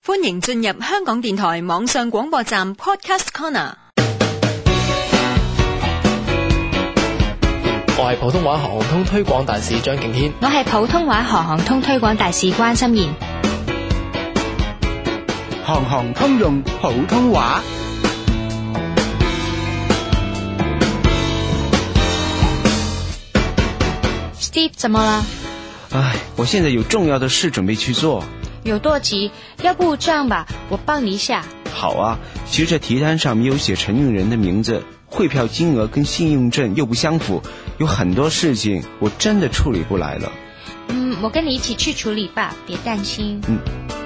歡迎進入香港電台網上廣播站 Podcast Corner。 我係普通話行行通推廣大使張敬軒， 我係普通話行行通推廣大使關心妍。 行行通用普通話。 Steve 怎麼了？ 唉，我現在有重要的事準備去做。 有多急？要不這樣吧，我幫你一下。 好啊，其實這提單上沒有寫承運人的名字，匯票金額跟信用證又不相符，有很多事情我真的處理不來了。 我跟你一起去處理吧，別擔心。